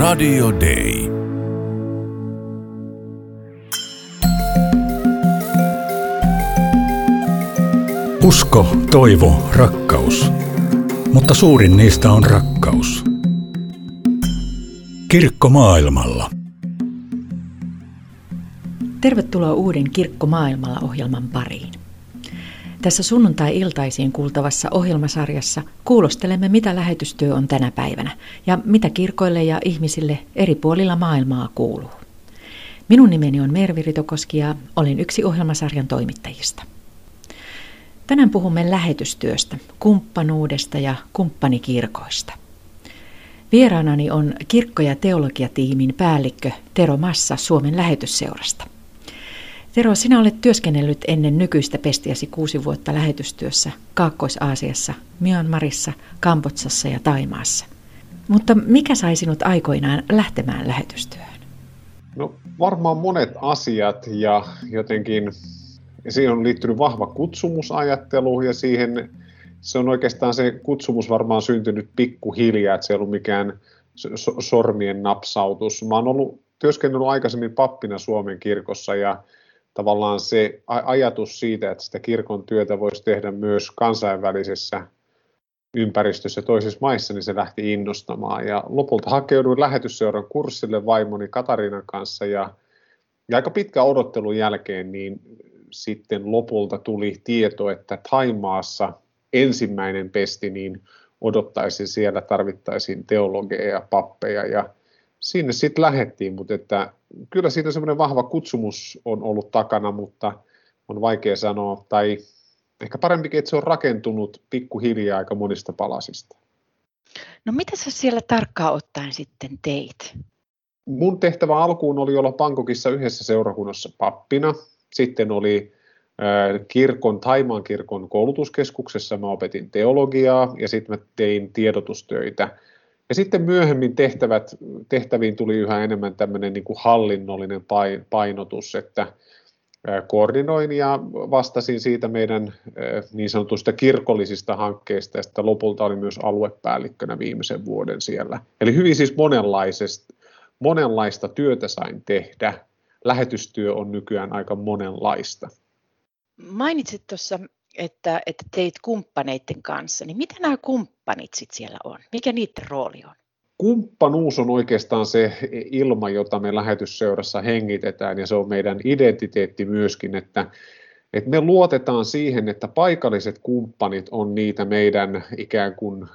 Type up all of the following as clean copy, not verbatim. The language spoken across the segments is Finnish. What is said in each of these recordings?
Radio Day. Usko, toivo, rakkaus. Mutta suurin niistä on rakkaus. Kirkko maailmalla. Tervetuloa uuden Kirkko maailmalla -ohjelman pariin. Tässä sunnuntai-iltaisiin kuultavassa ohjelmasarjassa kuulostelemme, mitä lähetystyö on tänä päivänä ja mitä kirkoille ja ihmisille eri puolilla maailmaa kuuluu. Minun nimeni on Mervi Ritokoski ja olen yksi ohjelmasarjan toimittajista. Tänään puhumme lähetystyöstä, kumppanuudesta ja kumppanikirkoista. Vieraanani on kirkko- ja teologiatiimin päällikkö Tero Massa Suomen lähetysseurasta. Tero, sinä olet työskennellyt ennen nykyistä pestiäsi 6 vuotta lähetystyössä Kaakkois-Aasiassa, Myanmarissa, Kambodsassa ja Thaimaassa. Mutta mikä sai sinut aikoinaan lähtemään lähetystyöhön? No varmaan monet asiat ja jotenkin siihen on liittynyt vahva kutsumusajattelu ja siihen se on oikeastaan se kutsumus varmaan syntynyt pikkuhiljaa, että se ei ollut mikään sormien napsautus. Mä oon työskennellyt aikaisemmin pappina Suomen kirkossa ja tavallaan se ajatus siitä, että sitä kirkon työtä voisi tehdä myös kansainvälisessä ympäristössä toisissa maissa, niin se lähti innostamaan. Ja lopulta hakeuduin lähetysseuran kurssille vaimoni Katariinan kanssa ja aika pitkän odottelun jälkeen niin sitten lopulta tuli tieto, että Thaimaassa ensimmäinen pesti, niin odottaisin siellä, tarvittaisiin teologeja ja pappeja ja sinne sitten lähdettiin, mutta että kyllä siitä semmoinen vahva kutsumus on ollut takana, mutta on vaikea sanoa, tai ehkä parempikin, että se on rakentunut pikkuhiljaa aika monista palasista. No mitä sä siellä tarkkaan ottaen sitten teit? Mun tehtävä alkuun oli olla Bangkokissa yhdessä seurakunnassa pappina, sitten oli Thaimaan kirkon koulutuskeskuksessa mä opetin teologiaa ja sitten mä tein tiedotustöitä. Ja sitten myöhemmin tehtäviin tuli yhä enemmän tämmöinen niin kuin hallinnollinen painotus, että koordinoin ja vastasin siitä meidän niin sanotuista kirkollisista hankkeista ja sitten lopulta oli myös aluepäällikkönä viimeisen vuoden siellä. Eli hyvin siis monenlaista työtä sain tehdä. Lähetystyö on nykyään aika monenlaista. Mainitsit tuossa, että teit kumppaneiden kanssa, niin mitä nämä kumppanit sitten siellä on? Mikä niiden rooli on? Kumppanuus on oikeastaan se ilma, jota me lähetysseurassa hengitetään ja se on meidän identiteetti myöskin, että me luotetaan siihen, että paikalliset kumppanit on niitä meidän ikään kuin,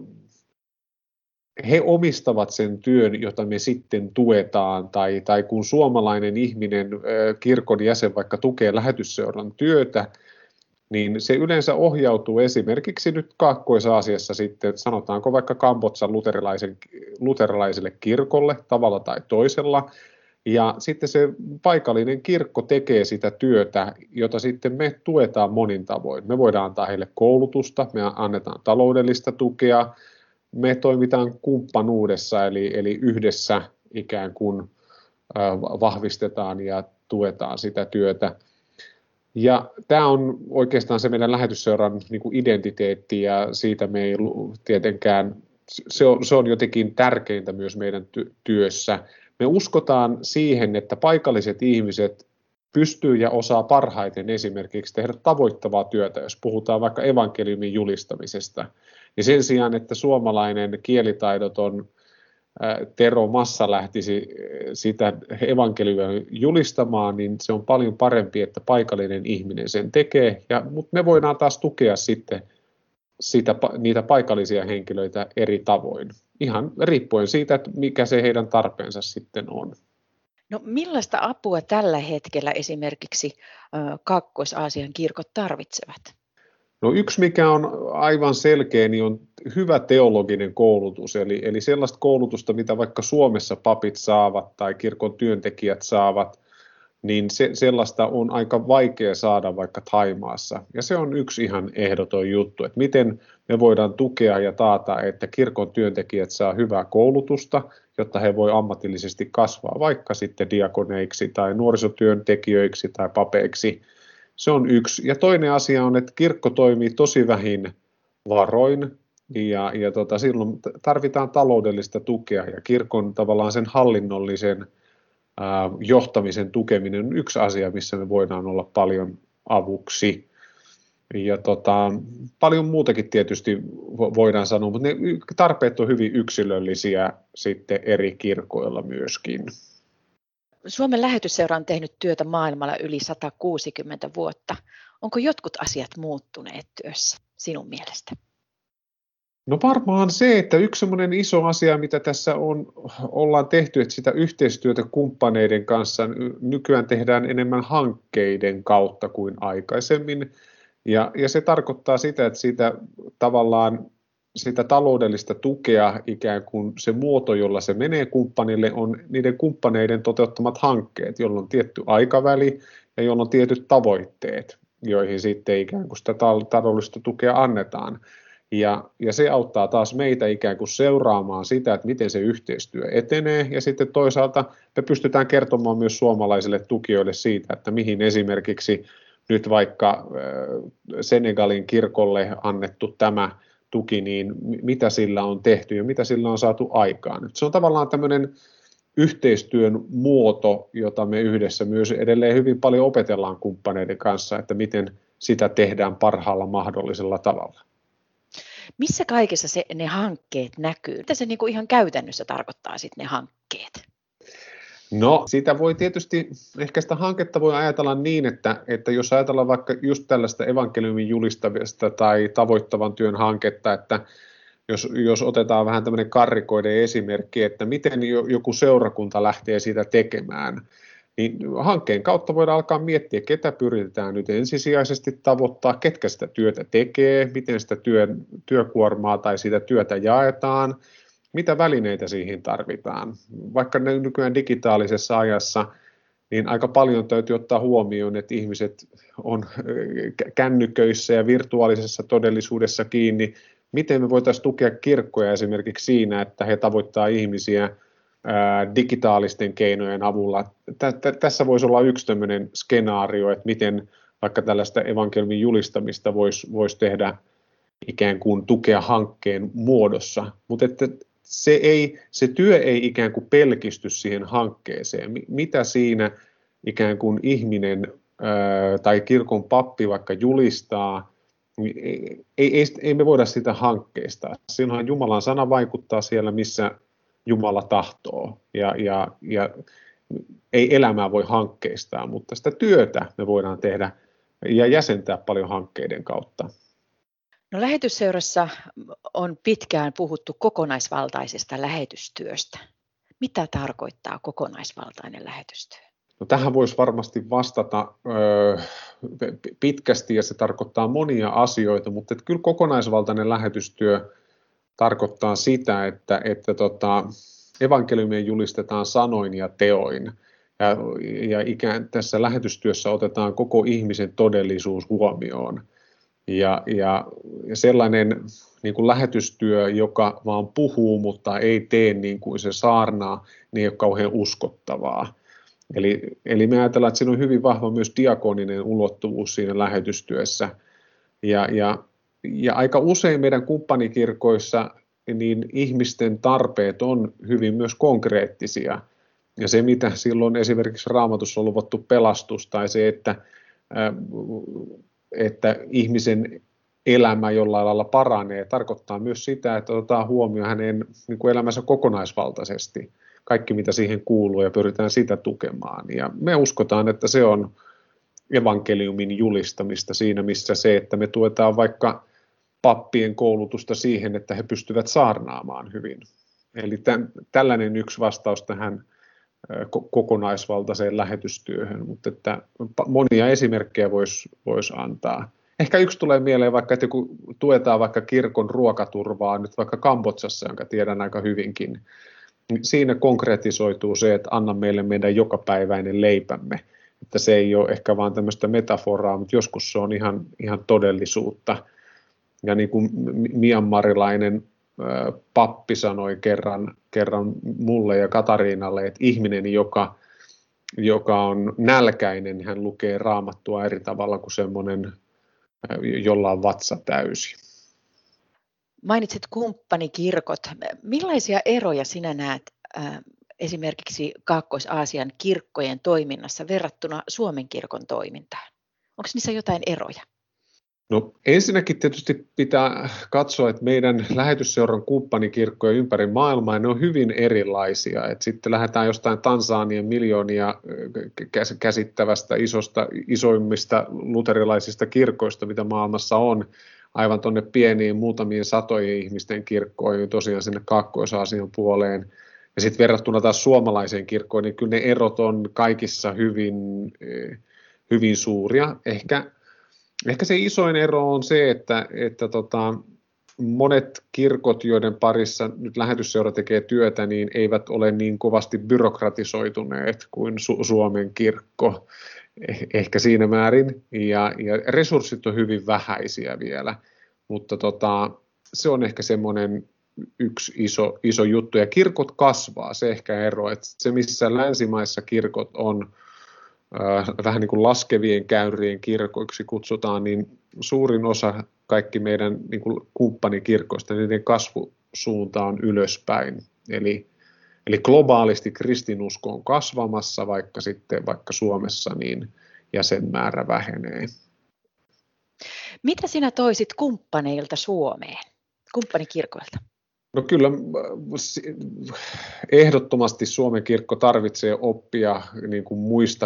he omistavat sen työn, jota me sitten tuetaan, tai kun suomalainen ihminen, kirkon jäsen vaikka tukee lähetysseuran työtä, niin se yleensä ohjautuu esimerkiksi nyt Kaakkois-Aasiassa sitten, sanotaanko vaikka Kambodžan luterilaiselle kirkolle tavalla tai toisella, ja sitten se paikallinen kirkko tekee sitä työtä, jota sitten me tuetaan monin tavoin. Me voidaan antaa heille koulutusta, me annetaan taloudellista tukea, me toimitaan kumppanuudessa, eli yhdessä ikään kuin vahvistetaan ja tuetaan sitä työtä. Ja tämä on oikeastaan se meidän lähetysseuran niin kuin identiteetti ja siitä me ei tietenkään, se on jotenkin tärkeintä myös meidän työssä. Me uskotaan siihen, että paikalliset ihmiset pystyy ja osaa parhaiten esimerkiksi tehdä tavoittavaa työtä, jos puhutaan vaikka evankeliumin julistamisesta. Ja sen sijaan, että suomalainen kielitaidoton Tero Massa lähtisi sitä evankeliumia julistamaan, niin se on paljon parempi, että paikallinen ihminen sen tekee, mutta me voidaan taas tukea sitten niitä paikallisia henkilöitä eri tavoin, ihan riippuen siitä, että mikä se heidän tarpeensa sitten on. No millaista apua tällä hetkellä esimerkiksi Kaakkois-Aasian kirkot tarvitsevat? No yksi, mikä on aivan selkeä, niin on hyvä teologinen koulutus, eli sellaista koulutusta, mitä vaikka Suomessa papit saavat tai kirkon työntekijät saavat, niin sellaista on aika vaikea saada vaikka Thaimaassa. Ja se on yksi ihan ehdoton juttu, että miten me voidaan tukea ja taata, että kirkon työntekijät saa hyvää koulutusta, jotta he voi ammatillisesti kasvaa vaikka sitten diakoneiksi tai nuorisotyöntekijöiksi tai papeiksi. Se on yksi. Ja toinen asia on, että kirkko toimii tosi vähin varoin silloin tarvitaan taloudellista tukea, ja kirkon tavallaan sen hallinnollisen johtamisen tukeminen on yksi asia, missä me voidaan olla paljon avuksi. Ja paljon muutakin tietysti voidaan sanoa, mutta ne tarpeet on hyvin yksilöllisiä sitten eri kirkoilla myöskin. Suomen lähetysseura on tehnyt työtä maailmalla yli 160 vuotta. Onko jotkut asiat muuttuneet työssä sinun mielestä? No varmaan se, että yksi semmoinen iso asia, mitä tässä ollaan tehty, että sitä yhteistyötä kumppaneiden kanssa nykyään tehdään enemmän hankkeiden kautta kuin aikaisemmin. Ja se tarkoittaa sitä, että siitä tavallaan sitä taloudellista tukea ikään kuin se muoto, jolla se menee kumppanille, on niiden kumppaneiden toteuttamat hankkeet, jolla on tietty aikaväli ja jolla on tietyt tavoitteet, joihin sitten ikään kuin sitä taloudellista tukea annetaan. Ja se auttaa taas meitä ikään kuin seuraamaan sitä, että miten se yhteistyö etenee, ja sitten toisaalta me pystytään kertomaan myös suomalaisille tukijoille siitä, että mihin esimerkiksi nyt vaikka Senegalin kirkolle annettu tämä tuki, niin mitä sillä on tehty ja mitä sillä on saatu aikaan. Se on tavallaan tämmöinen yhteistyön muoto, jota me yhdessä myös edelleen hyvin paljon opetellaan kumppaneiden kanssa, että miten sitä tehdään parhaalla mahdollisella tavalla. Missä kaikessa ne hankkeet näkyy? Mitä se niin kuin ihan käytännössä tarkoittaa sitten ne hankkeet? No, sitä voi tietysti, ehkä sitä hanketta voi ajatella niin, että jos ajatellaan vaikka just tällaista evankeliumin julistavista tai tavoittavan työn hanketta, että jos otetaan vähän tämmöinen karrikoiden esimerkki, että miten joku seurakunta lähtee sitä tekemään, niin hankkeen kautta voidaan alkaa miettiä, ketä pyritään nyt ensisijaisesti tavoittaa, ketkä sitä työtä tekee, miten sitä työkuormaa tai sitä työtä jaetaan, mitä välineitä siihen tarvitaan. Vaikka nykyään digitaalisessa ajassa, niin aika paljon täytyy ottaa huomioon, että ihmiset on kännyköissä ja virtuaalisessa todellisuudessa kiinni. Miten me voitaisiin tukea kirkkoja esimerkiksi siinä, että he tavoittaa ihmisiä digitaalisten keinojen avulla. Tässä voisi olla yksi tämmöinen skenaario, että miten vaikka tällaista evankeliumin julistamista voisi tehdä ikään kuin tukea hankkeen muodossa, mutta että se työ ei ikään kuin pelkisty siihen hankkeeseen. Mitä siinä ikään kuin ihminen tai kirkon pappi vaikka julistaa, ei me voida sitä hankkeesta. Silloinhan Jumalan sana vaikuttaa siellä, missä Jumala tahtoo, ja ei elämää voi hankkeistaa, mutta sitä työtä me voidaan tehdä ja jäsentää paljon hankkeiden kautta. No, lähetysseurassa on pitkään puhuttu kokonaisvaltaisesta lähetystyöstä. Mitä tarkoittaa kokonaisvaltainen lähetystyö? No, tähän voisi varmasti vastata pitkästi, ja se tarkoittaa monia asioita, mutta kyllä kokonaisvaltainen lähetystyö tarkoittaa sitä, että evankeliumia julistetaan sanoin ja teoin. Ja ikään tässä lähetystyössä otetaan koko ihmisen todellisuus huomioon. Ja sellainen niin kuin lähetystyö, joka vaan puhuu, mutta ei tee niin kuin se saarnaa, niin ei ole kauhean uskottavaa. Eli me ajatellaan, että siinä on hyvin vahva myös diakoninen ulottuvuus siinä lähetystyössä. Ja aika usein meidän kumppanikirkoissa niin ihmisten tarpeet on hyvin myös konkreettisia. Ja se, mitä silloin esimerkiksi Raamatussa on luvattu pelastus, tai se, että ihmisen elämä jollain lailla paranee, tarkoittaa myös sitä, että otetaan huomioon hänen niin kuin elämänsä kokonaisvaltaisesti. Kaikki, mitä siihen kuuluu, ja pyritään sitä tukemaan. Ja me uskotaan, että se on evankeliumin julistamista siinä, missä se, että me tuetaan vaikka pappien koulutusta siihen, että he pystyvät saarnaamaan hyvin. Eli tällainen yksi vastaus tähän kokonaisvaltaiseen lähetystyöhön, mutta että monia esimerkkejä voisi antaa. Ehkä yksi tulee mieleen vaikka, että kun tuetaan vaikka kirkon ruokaturvaa nyt vaikka Kambodsassa, jonka tiedän aika hyvinkin, niin siinä konkretisoituu se, että anna meille meidän jokapäiväinen leipämme. Että se ei ole ehkä vaan tämmöistä metaforaa, mutta joskus se on ihan todellisuutta. Ja niin kuin myanmarilainen pappi sanoi kerran mulle ja Katariinalle, että ihminen, joka on nälkäinen, hän lukee Raamattua eri tavalla kuin semmoinen, jolla on vatsa täysi. Mainitsit kumppanikirkot. Millaisia eroja sinä näet esimerkiksi Kaakkois-Aasian kirkkojen toiminnassa verrattuna Suomen kirkon toimintaan? Onko niissä jotain eroja? No ensinnäkin tietysti pitää katsoa, että meidän lähetysseuran kumppanikirkkoja ympäri maailmaa, ne on hyvin erilaisia. Että sitten lähdetään jostain Tansanian miljoonia käsittävästä isoimmista luterilaisista kirkoista, mitä maailmassa on, aivan tuonne pieniin muutamien satojen ihmisten kirkkoihin, tosiaan sinne Kaakkois-Aasian puoleen. Ja sitten verrattuna taas suomalaiseen kirkkoon, niin kyllä ne erot on kaikissa hyvin suuria. Ehkä se isoin ero on se, että monet kirkot, joiden parissa nyt lähetysseura tekee työtä, niin eivät ole niin kovasti byrokratisoituneet kuin Suomen kirkko. Ehkä siinä määrin, ja resurssit on hyvin vähäisiä vielä, mutta se on ehkä semmoinen yksi iso juttu, ja kirkot kasvaa, se ehkä ero, että se missä länsimaissa kirkot on vähän niin kuin laskevien käyrien kirkoiksi kutsutaan, niin suurin osa kaikki meidän niin kuin kumppanikirkoista, niiden kasvusuunta on ylöspäin, eli globaalisti kristinusko on kasvamassa, vaikka Suomessa niin jäsenmäärä vähenee. Mitä sinä toisit kumppaneilta Suomeen, kumppanikirkoilta? No kyllä ehdottomasti Suomen kirkko tarvitsee oppia niin kuin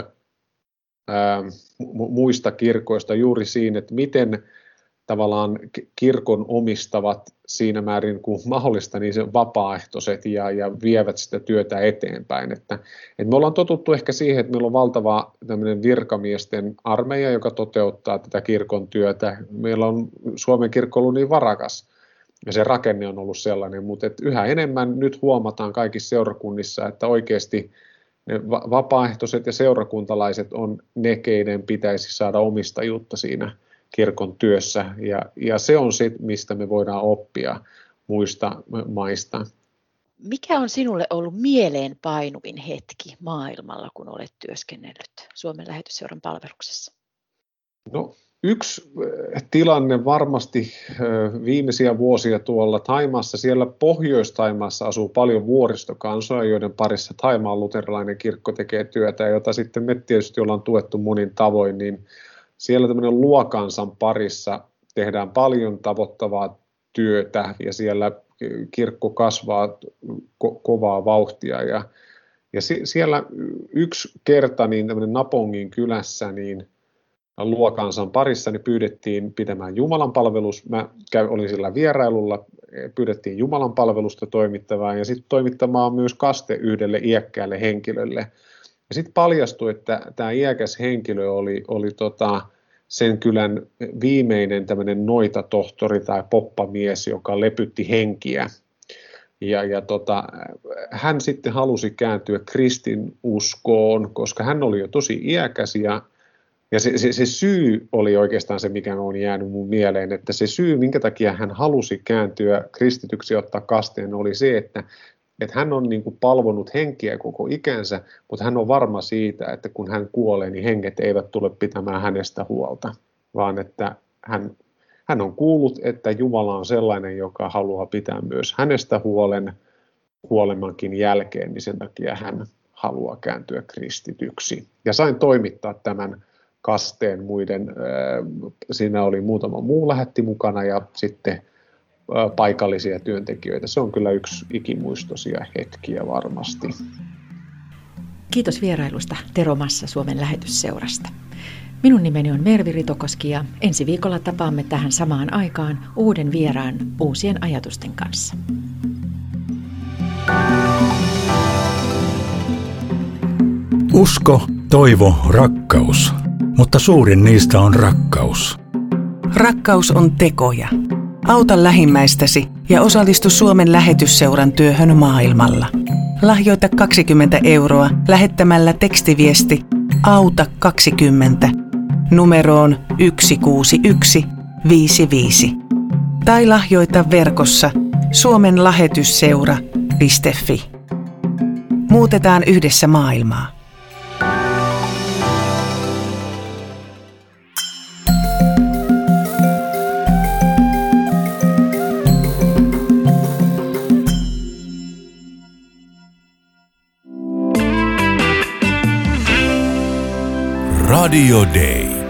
muista kirkoista juuri siinä, että miten tavallaan kirkon omistavat siinä määrin kuin mahdollista niin se vapaaehtoiset ja vievät sitä työtä eteenpäin. Että me ollaan totuttu ehkä siihen, että meillä on valtava tämmöinen virkamiesten armeija, joka toteuttaa tätä kirkon työtä. Meillä on Suomen kirkko ollut niin varakas ja se rakenne on ollut sellainen, mutta yhä enemmän nyt huomataan kaikissa seurakunnissa, että oikeasti ne vapaaehtoiset ja seurakuntalaiset on ne, keiden pitäisi saada omistajuutta siinä kirkon työssä, ja se on se, mistä me voidaan oppia muista maista. Mikä on sinulle ollut mieleenpainuvin hetki maailmalla, kun olet työskennellyt Suomen lähetysseuran palveluksessa? No, yksi tilanne varmasti viimeisiä vuosia tuolla Thaimaassa. Siellä Pohjois-Thaimaassa asuu paljon vuoristokansoja, joiden parissa Thaimaan luterilainen kirkko tekee työtä, jota sitten me tietysti ollaan tuettu monin tavoin, niin siellä tämmöinen luokansan parissa tehdään paljon tavoittavaa työtä ja siellä kirkko kasvaa kovaa vauhtia. Ja siellä yksi kerta niin tämmöinen Napongin kylässä niin luokansan parissa niin pyydettiin pitämään jumalanpalvelus. Mä olin sillä vierailulla, pyydettiin jumalanpalvelusta toimittavaan ja sitten toimittamaan myös kaste yhdelle iäkkäälle henkilölle. Ja sitten paljastui, että tämä iäkäs henkilö oli sen kylän viimeinen tämmöinen noitatohtori tai poppamies, joka lepytti henkiä. Hän sitten halusi kääntyä kristinuskoon, koska hän oli jo tosi iäkäs ja se syy oli oikeastaan se, mikä on jäänyt mun mieleen, että se syy, minkä takia hän halusi kääntyä kristityksi ja ottaa kasteen, oli se, että hän on niin kuin palvonut henkiä koko ikänsä, mutta hän on varma siitä, että kun hän kuolee, niin henget eivät tule pitämään hänestä huolta, vaan että hän on kuullut, että Jumala on sellainen, joka haluaa pitää myös hänestä huolen kuolemankin jälkeen, niin sen takia hän haluaa kääntyä kristityksi. Ja sain toimittaa tämän kasteen siinä oli muutama muu lähetti mukana ja sitten paikallisia työntekijöitä. Se on kyllä yksi ikimuistoisia hetkiä varmasti. Kiitos vierailusta Tero Massa Suomen lähetysseurasta. Minun nimeni on Mervi Ritokoski ja ensi viikolla tapaamme tähän samaan aikaan uuden vieraan uusien ajatusten kanssa. Usko, toivo, rakkaus. Mutta suurin niistä on rakkaus. Rakkaus on tekoja. Auta lähimmäistäsi ja osallistu Suomen lähetysseuran työhön maailmalla. Lahjoita 20 € lähettämällä tekstiviesti Auta 20 numeroon 16155. Tai lahjoita verkossa suomenlähetysseura.fi. Muutetaan yhdessä maailmaa. Radio Day.